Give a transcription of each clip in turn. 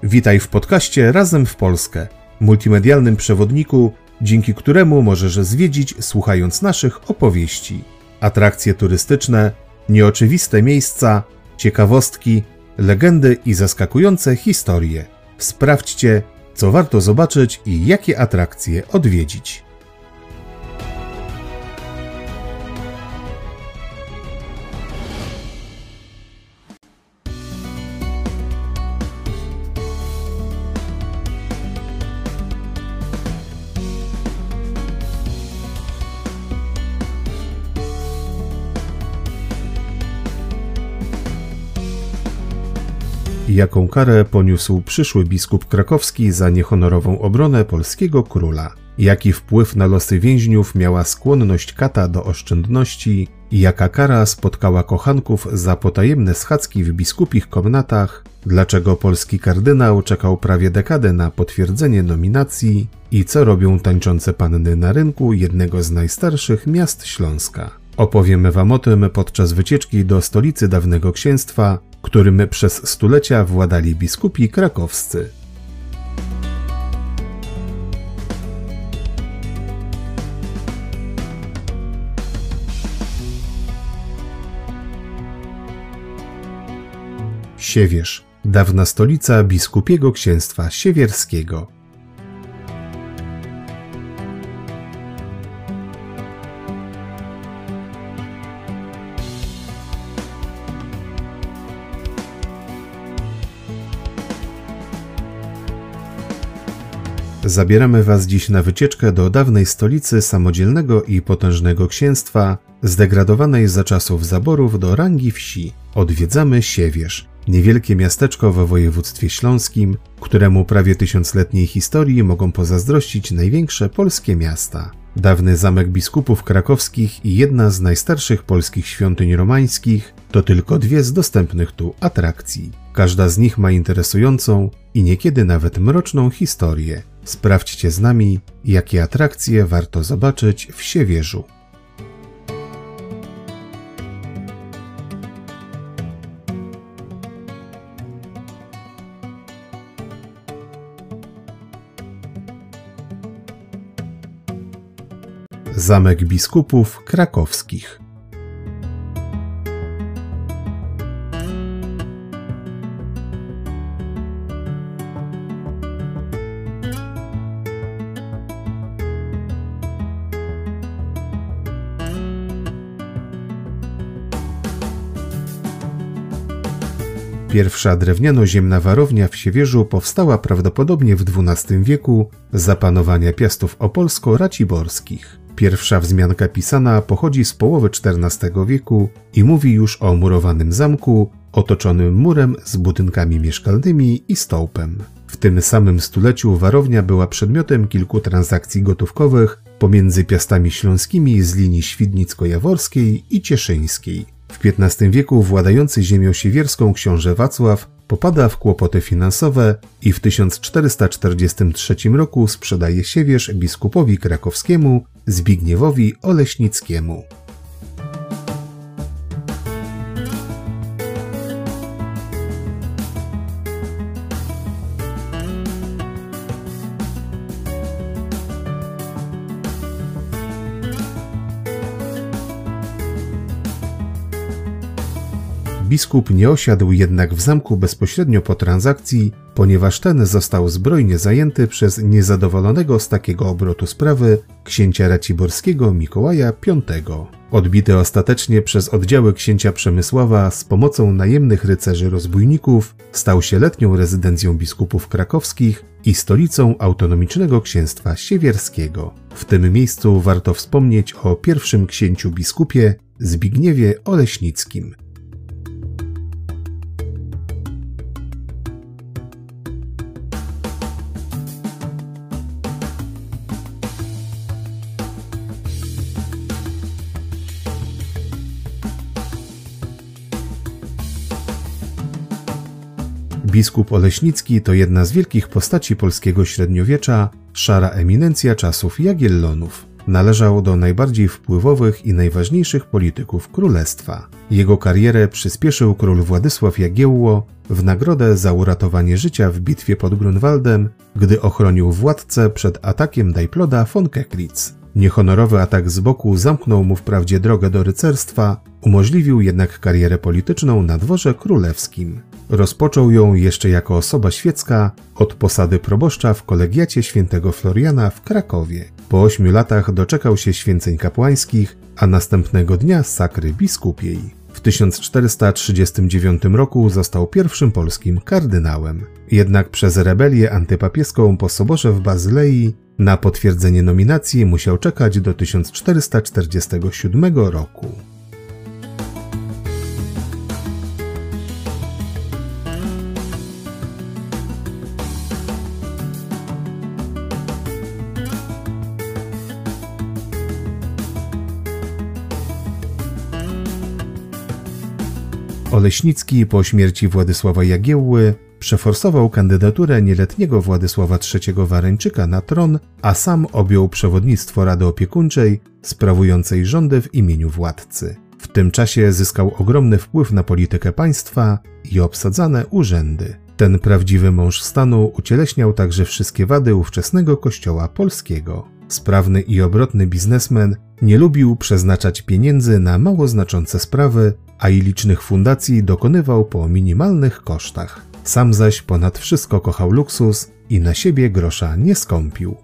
Witaj w podcaście Razem w Polskę, multimedialnym przewodniku, dzięki któremu możesz zwiedzić, słuchając naszych opowieści. Atrakcje turystyczne, nieoczywiste miejsca, ciekawostki, legendy i zaskakujące historie. Sprawdźcie, co warto zobaczyć i jakie atrakcje odwiedzić. Jaką karę poniósł przyszły biskup krakowski za niehonorową obronę polskiego króla? Jaki wpływ na losy więźniów miała skłonność kata do oszczędności? Jaka kara spotkała kochanków za potajemne schadzki w biskupich komnatach? Dlaczego polski kardynał czekał prawie dekadę na potwierdzenie nominacji? I co robią tańczące panny na rynku jednego z najstarszych miast Śląska? Opowiemy Wam o tym podczas wycieczki do stolicy dawnego księstwa, którym przez stulecia władali biskupi krakowscy. Siewierz, dawna stolica biskupiego księstwa siewierskiego. Zabieramy Was dziś na wycieczkę do dawnej stolicy samodzielnego i potężnego księstwa, zdegradowanej za czasów zaborów do rangi wsi. Odwiedzamy Siewierz, niewielkie miasteczko w województwie śląskim, któremu prawie tysiącletniej historii mogą pozazdrościć największe polskie miasta. Dawny zamek biskupów krakowskich i jedna z najstarszych polskich świątyń romańskich to tylko dwie z dostępnych tu atrakcji. Każda z nich ma interesującą i niekiedy nawet mroczną historię. Sprawdźcie z nami, jakie atrakcje warto zobaczyć w Siewierzu. Zamek biskupów krakowskich. Pierwsza drewniano-ziemna warownia w Siewierzu powstała prawdopodobnie w XII wieku za panowania piastów opolsko-raciborskich. Pierwsza wzmianka pisana pochodzi z połowy XIV wieku i mówi już o murowanym zamku otoczonym murem z budynkami mieszkalnymi i stołpem. W tym samym stuleciu warownia była przedmiotem kilku transakcji gotówkowych pomiędzy piastami śląskimi z linii świdnicko-jaworskiej i cieszyńskiej. W XV wieku władający ziemią siewierską książę Wacław popada w kłopoty finansowe i w 1443 roku sprzedaje Siewierz biskupowi krakowskiemu Zbigniewowi Oleśnickiemu. Biskup nie osiadł jednak w zamku bezpośrednio po transakcji, ponieważ ten został zbrojnie zajęty przez niezadowolonego z takiego obrotu sprawy księcia raciborskiego Mikołaja V. Odbity ostatecznie przez oddziały księcia Przemysława z pomocą najemnych rycerzy rozbójników, stał się letnią rezydencją biskupów krakowskich i stolicą autonomicznego księstwa siewierskiego. W tym miejscu warto wspomnieć o pierwszym księciu biskupie Zbigniewie Oleśnickim. Biskup Oleśnicki to jedna z wielkich postaci polskiego średniowiecza, szara eminencja czasów Jagiellonów. Należał do najbardziej wpływowych i najważniejszych polityków królestwa. Jego karierę przyspieszył król Władysław Jagiełło, w nagrodę za uratowanie życia w bitwie pod Grunwaldem, gdy ochronił władcę przed atakiem Dajploda von Keklitz. Niehonorowy atak z boku zamknął mu wprawdzie drogę do rycerstwa, umożliwił jednak karierę polityczną na dworze królewskim. Rozpoczął ją jeszcze jako osoba świecka od posady proboszcza w kolegiacie świętego Floriana w Krakowie. Po 8 latach doczekał się święceń kapłańskich, a następnego dnia sakry biskupiej. W 1439 roku został pierwszym polskim kardynałem. Jednak przez rebelię antypapieską po soborze w Bazylei na potwierdzenie nominacji musiał czekać do 1447 roku. Oleśnicki po śmierci Władysława Jagiełły przeforsował kandydaturę nieletniego Władysława III Wareńczyka na tron, a sam objął przewodnictwo Rady Opiekuńczej sprawującej rządy w imieniu władcy. W tym czasie zyskał ogromny wpływ na politykę państwa i obsadzane urzędy. Ten prawdziwy mąż stanu ucieleśniał także wszystkie wady ówczesnego kościoła polskiego. Sprawny i obrotny biznesmen nie lubił przeznaczać pieniędzy na mało znaczące sprawy, a i licznych fundacji dokonywał po minimalnych kosztach. Sam zaś ponad wszystko kochał luksus i na siebie grosza nie skąpił.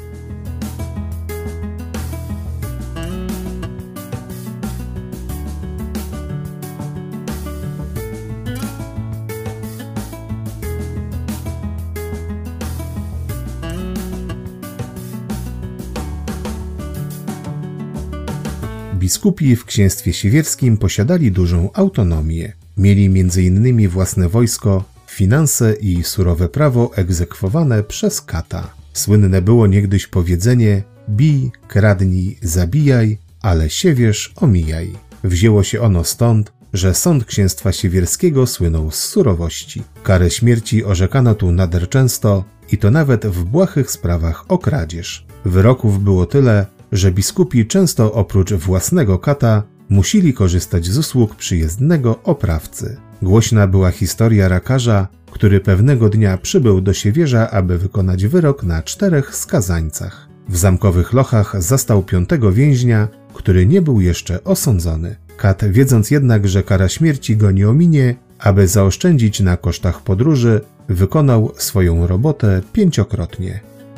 Biskupi w księstwie siewierskim posiadali dużą autonomię. Mieli m.in. własne wojsko, finanse i surowe prawo egzekwowane przez kata. Słynne było niegdyś powiedzenie: bij, kradnij, zabijaj, ale siewierz omijaj. Wzięło się ono stąd, że sąd księstwa siewierskiego słynął z surowości. Karę śmierci orzekano tu nader często i to nawet w błahych sprawach o kradzież. Wyroków było tyle, że biskupi często oprócz własnego kata musieli korzystać z usług przyjezdnego oprawcy. Głośna była historia rakarza, który pewnego dnia przybył do Siewierza, aby wykonać wyrok na 4 skazańcach. W zamkowych lochach zastał 5. więźnia, który nie był jeszcze osądzony. Kat, wiedząc jednak, że kara śmierci go nie ominie, aby zaoszczędzić na kosztach podróży, wykonał swoją robotę 5-krotnie.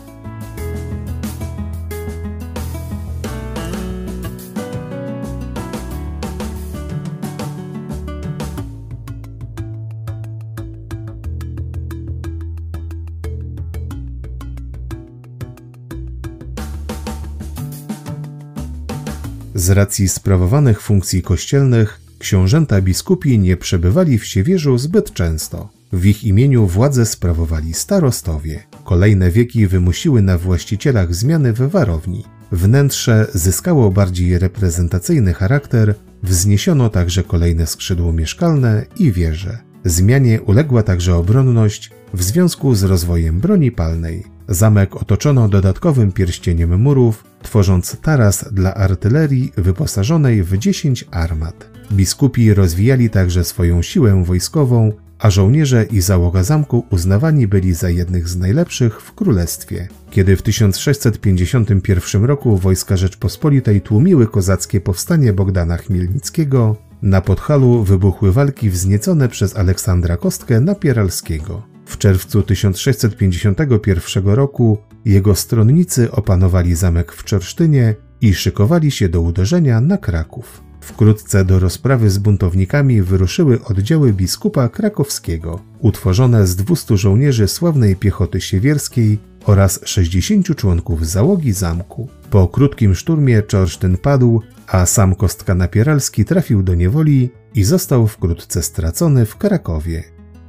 Z racji sprawowanych funkcji kościelnych, książęta biskupi nie przebywali w Siewierzu zbyt często. W ich imieniu władzę sprawowali starostowie. Kolejne wieki wymusiły na właścicielach zmiany w warowni. Wnętrze zyskało bardziej reprezentacyjny charakter, wzniesiono także kolejne skrzydło mieszkalne i wieże. Zmianie uległa także obronność w związku z rozwojem broni palnej. Zamek otoczono dodatkowym pierścieniem murów, tworząc taras dla artylerii wyposażonej w 10 armat. Biskupi rozwijali także swoją siłę wojskową, a żołnierze i załoga zamku uznawani byli za jednych z najlepszych w królestwie. Kiedy w 1651 roku wojska Rzeczpospolitej tłumiły kozackie powstanie Bogdana Chmielnickiego, na Podhalu wybuchły walki wzniecone przez Aleksandra Kostkę Napieralskiego. W czerwcu 1651 roku jego stronnicy opanowali zamek w Czorsztynie i szykowali się do uderzenia na Kraków. Wkrótce do rozprawy z buntownikami wyruszyły oddziały biskupa krakowskiego, utworzone z 200 żołnierzy sławnej piechoty siewierskiej oraz 60 członków załogi zamku. Po krótkim szturmie Czorsztyn padł, a sam Kostka Napieralski trafił do niewoli i został wkrótce stracony w Krakowie.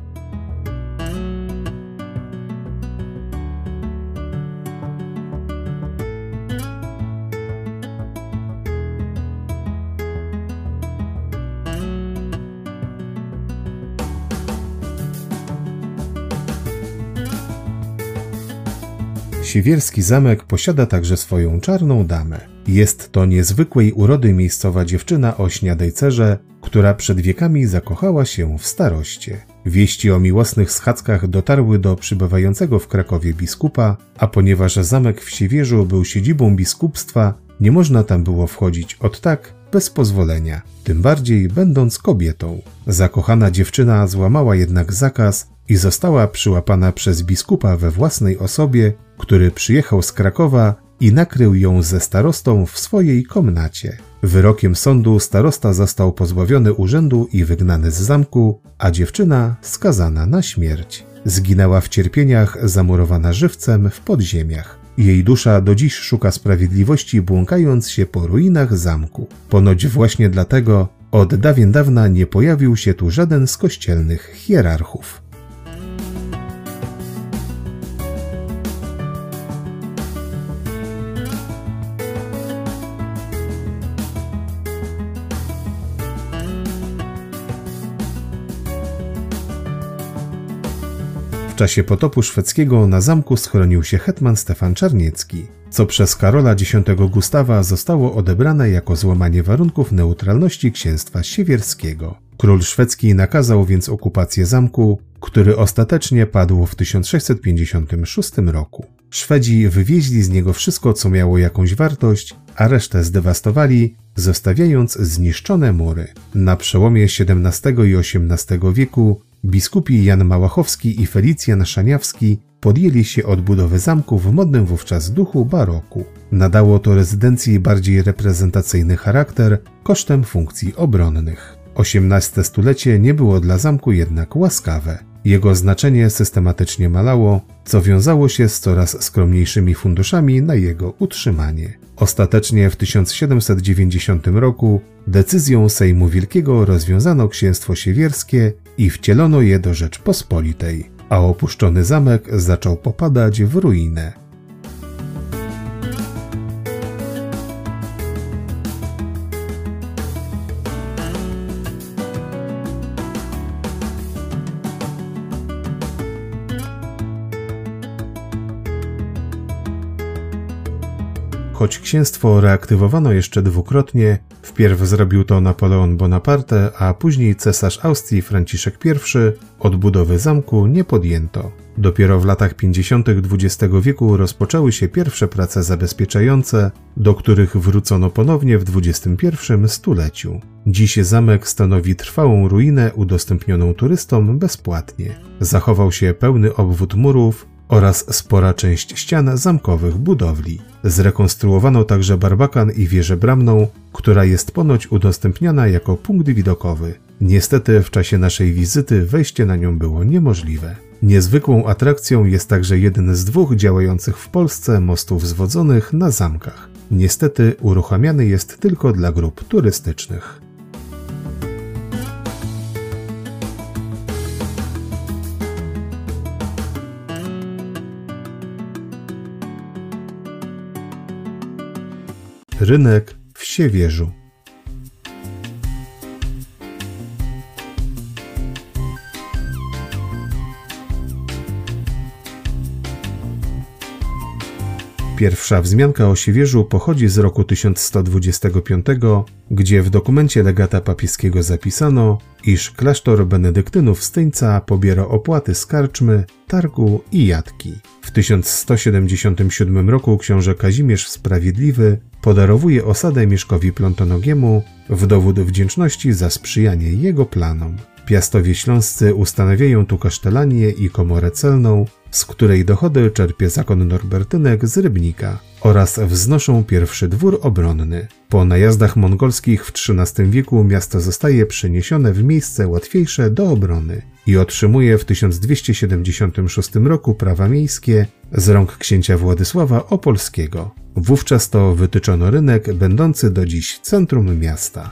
Siewierski zamek posiada także swoją czarną damę. Jest to niezwykłej urody miejscowa dziewczyna o śniadej cerze, która przed wiekami zakochała się w staroście. Wieści o miłosnych schadzkach dotarły do przybywającego w Krakowie biskupa, a ponieważ zamek w Siewierzu był siedzibą biskupstwa, nie można tam było wchodzić od tak, bez pozwolenia, tym bardziej będąc kobietą. Zakochana dziewczyna złamała jednak zakaz i została przyłapana przez biskupa we własnej osobie, który przyjechał z Krakowa i nakrył ją ze starostą w swojej komnacie. Wyrokiem sądu starosta został pozbawiony urzędu i wygnany z zamku, a dziewczyna skazana na śmierć. Zginęła w cierpieniach, zamurowana żywcem w podziemiach. Jej dusza do dziś szuka sprawiedliwości, błąkając się po ruinach zamku. Ponoć właśnie dlatego od dawien dawna nie pojawił się tu żaden z kościelnych hierarchów. W czasie potopu szwedzkiego na zamku schronił się hetman Stefan Czarniecki, co przez Karola X Gustawa zostało odebrane jako złamanie warunków neutralności księstwa siewierskiego. Król szwedzki nakazał więc okupację zamku, który ostatecznie padł w 1656 roku. Szwedzi wywieźli z niego wszystko, co miało jakąś wartość, a resztę zdewastowali, zostawiając zniszczone mury. Na przełomie XVII i XVIII wieku biskupi Jan Małachowski i Felicjan Szaniawski podjęli się odbudowy zamku w modnym wówczas duchu baroku. Nadało to rezydencji bardziej reprezentacyjny charakter kosztem funkcji obronnych. XVIII stulecie nie było dla zamku jednak łaskawe. Jego znaczenie systematycznie malało, co wiązało się z coraz skromniejszymi funduszami na jego utrzymanie. Ostatecznie w 1790 roku decyzją Sejmu Wielkiego rozwiązano księstwo siewierskie i wcielono je do Rzeczpospolitej, a opuszczony zamek zaczął popadać w ruinę. Choć księstwo reaktywowano jeszcze dwukrotnie, wpierw zrobił to Napoleon Bonaparte, a później cesarz Austrii Franciszek I, odbudowy zamku nie podjęto. Dopiero w latach 50. XX wieku rozpoczęły się pierwsze prace zabezpieczające, do których wrócono ponownie w XXI stuleciu. Dziś zamek stanowi trwałą ruinę udostępnioną turystom bezpłatnie. Zachował się pełny obwód murów oraz spora część ścian zamkowych budowli. Zrekonstruowano także barbakan i wieżę bramną, która jest ponoć udostępniana jako punkt widokowy. Niestety w czasie naszej wizyty wejście na nią było niemożliwe. Niezwykłą atrakcją jest także jeden z dwóch działających w Polsce mostów zwodzonych na zamkach. Niestety uruchamiany jest tylko dla grup turystycznych. Rynek w Siewierzu. Pierwsza wzmianka o Siewierzu pochodzi z roku 1125, gdzie w dokumencie legata papieskiego zapisano, iż klasztor benedyktynów z Tyńca pobiera opłaty z karczmy, targu i jatki. W 1177 roku książę Kazimierz Sprawiedliwy podarowuje osadę Mieszkowi Plątonogiemu w dowód wdzięczności za sprzyjanie jego planom. Piastowie śląscy ustanawiają tu kasztelanię i komorę celną, z której dochody czerpie zakon Norbertynek z Rybnika, oraz wznoszą pierwszy dwór obronny. Po najazdach mongolskich w XIII wieku miasto zostaje przeniesione w miejsce łatwiejsze do obrony i otrzymuje w 1276 roku prawa miejskie z rąk księcia Władysława Opolskiego. Wówczas to wytyczono rynek będący do dziś centrum miasta.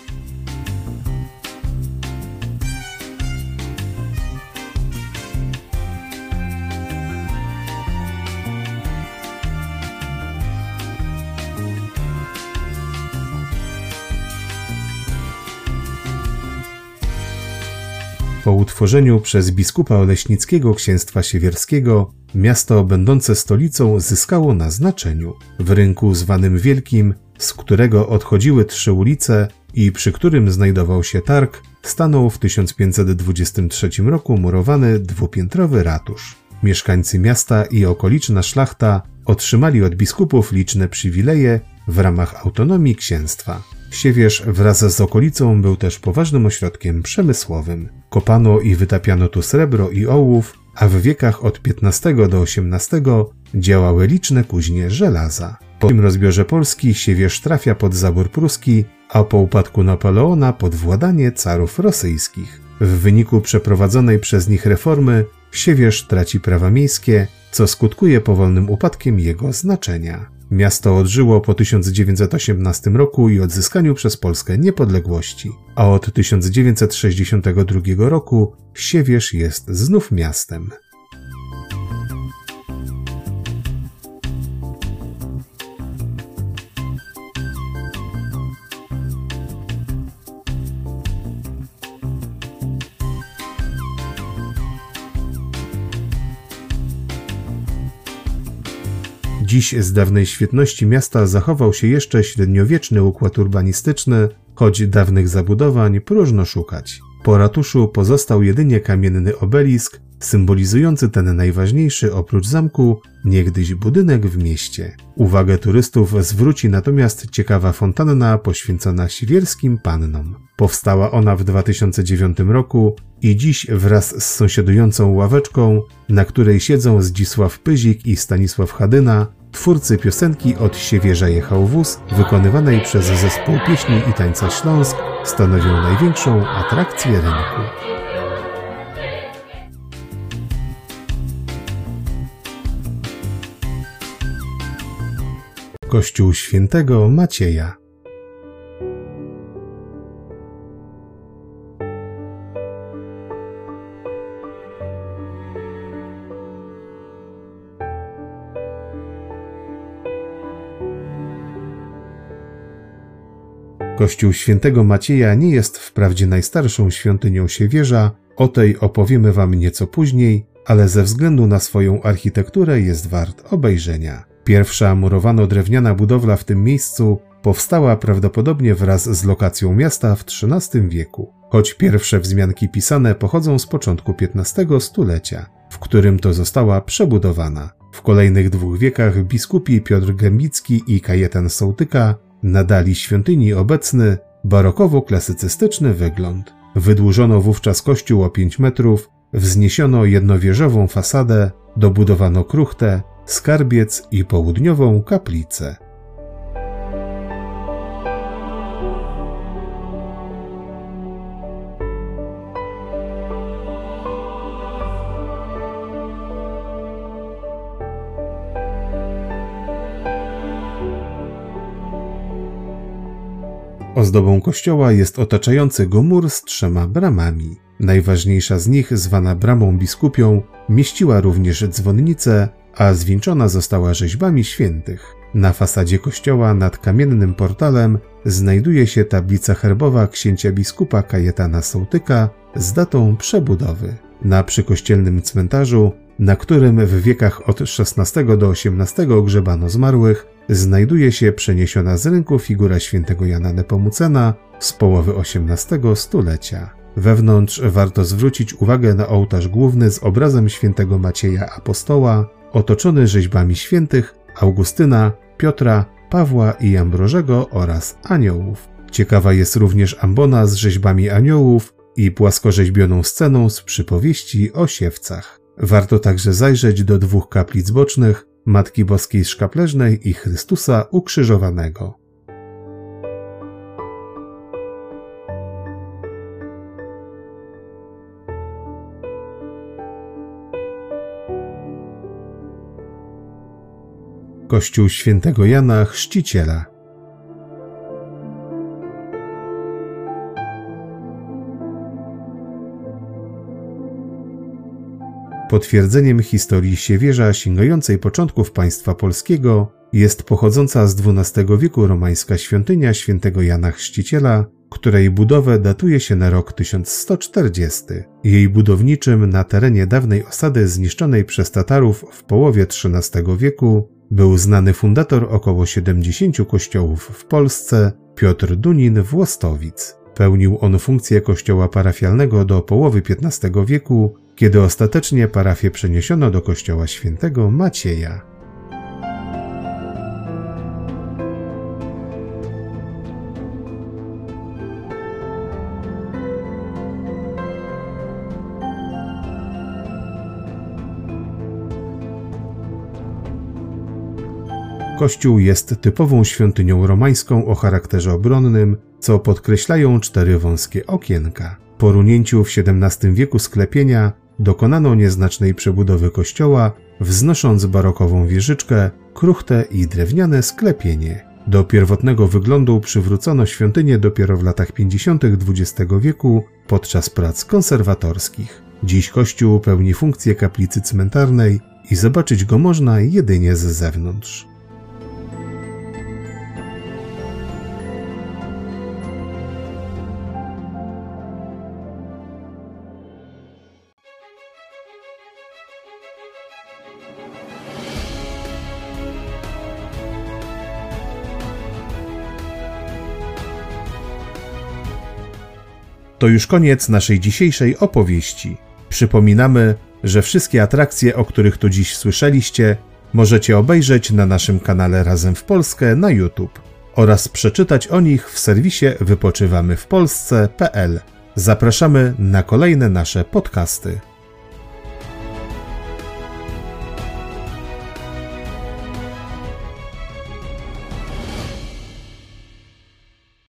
Po utworzeniu przez biskupa Oleśnickiego Księstwa Siewierskiego miasto będące stolicą zyskało na znaczeniu. W rynku zwanym Wielkim z którego odchodziły 3 ulice i przy którym znajdował się targ, stanął w 1523 roku murowany dwupiętrowy ratusz. Mieszkańcy miasta i okoliczna szlachta otrzymali od biskupów liczne przywileje w ramach autonomii księstwa. Siewierz wraz z okolicą był też poważnym ośrodkiem przemysłowym. Kopano i wytapiano tu srebro i ołów, a w wiekach od XV do XVIII działały liczne kuźnie żelaza. Po tym rozbiorze Polski Siewierz trafia pod zabór pruski, a po upadku Napoleona pod władanie carów rosyjskich. W wyniku przeprowadzonej przez nich reformy Siewierz traci prawa miejskie, co skutkuje powolnym upadkiem jego znaczenia. Miasto odżyło po 1918 roku i odzyskaniu przez Polskę niepodległości, a od 1962 roku Siewierz jest znów miastem. Dziś z dawnej świetności miasta zachował się jeszcze średniowieczny układ urbanistyczny, choć dawnych zabudowań próżno szukać. Po ratuszu pozostał jedynie kamienny obelisk, symbolizujący ten najważniejszy oprócz zamku niegdyś budynek w mieście. Uwagę turystów zwróci natomiast ciekawa fontanna poświęcona siwierskim pannom. Powstała ona w 2009 roku i dziś wraz z sąsiadującą ławeczką, na której siedzą Zdzisław Pyzik i Stanisław Hadyna, twórcy piosenki Od Siewierza jechał wóz, wykonywanej przez zespół pieśni i tańca Śląsk, stanowią największą atrakcję rynku. Kościół Świętego Macieja. Kościół Świętego Macieja nie jest wprawdzie najstarszą świątynią Siewierza, o tej opowiemy wam nieco później, ale ze względu na swoją architekturę jest wart obejrzenia. Pierwsza murowano-drewniana budowla w tym miejscu powstała prawdopodobnie wraz z lokacją miasta w XIII wieku, choć pierwsze wzmianki pisane pochodzą z początku XV stulecia, w którym to została przebudowana. W kolejnych 2 wiekach biskupi Piotr Gębicki i Kajetan Sołtyka nadali świątyni obecny, barokowo-klasycystyczny wygląd. Wydłużono wówczas kościół o 5 metrów, wzniesiono jednowieżową fasadę, dobudowano kruchtę, skarbiec i południową kaplicę. Ozdobą kościoła jest otaczający go mur z 3 bramami. Najważniejsza z nich, zwana bramą biskupią, mieściła również dzwonnicę, a zwieńczona została rzeźbami świętych. Na fasadzie kościoła nad kamiennym portalem znajduje się tablica herbowa księcia biskupa Kajetana Sołtyka z datą przebudowy. Na przykościelnym cmentarzu, na którym w wiekach od XVI do XVIII grzebano zmarłych, znajduje się przeniesiona z rynku figura świętego Jana Nepomucena z połowy XVIII stulecia. Wewnątrz warto zwrócić uwagę na ołtarz główny z obrazem świętego Macieja Apostoła, otoczony rzeźbami świętych Augustyna, Piotra, Pawła i Ambrożego oraz aniołów. Ciekawa jest również ambona z rzeźbami aniołów i płaskorzeźbioną sceną z przypowieści o siewcach. Warto także zajrzeć do 2 kaplic bocznych, Matki Boskiej Szkapleżnej i Chrystusa Ukrzyżowanego. Kościół Świętego Jana Chrzciciela. Potwierdzeniem historii Siewierza sięgającej początków państwa polskiego jest pochodząca z XII wieku romańska świątynia świętego Jana Chrzciciela, której budowę datuje się na rok 1140. Jej budowniczym na terenie dawnej osady zniszczonej przez Tatarów w połowie XIII wieku Był znany fundator około 70 kościołów w Polsce, Piotr Dunin Włostowic. Pełnił on funkcję kościoła parafialnego do połowy XV wieku, kiedy ostatecznie parafię przeniesiono do kościoła świętego Macieja. Kościół jest typową świątynią romańską o charakterze obronnym, co podkreślają 4 wąskie okienka. Po runięciu w XVII wieku sklepienia dokonano nieznacznej przebudowy kościoła, wznosząc barokową wieżyczkę, kruchtę i drewniane sklepienie. Do pierwotnego wyglądu przywrócono świątynię dopiero w latach 50. XX wieku podczas prac konserwatorskich. Dziś kościół pełni funkcję kaplicy cmentarnej i zobaczyć go można jedynie z zewnątrz. To już koniec naszej dzisiejszej opowieści. Przypominamy, że wszystkie atrakcje, o których tu dziś słyszeliście, możecie obejrzeć na naszym kanale Razem w Polskę na YouTube oraz przeczytać o nich w serwisie wypoczywamywpolsce.pl. Zapraszamy na kolejne nasze podcasty.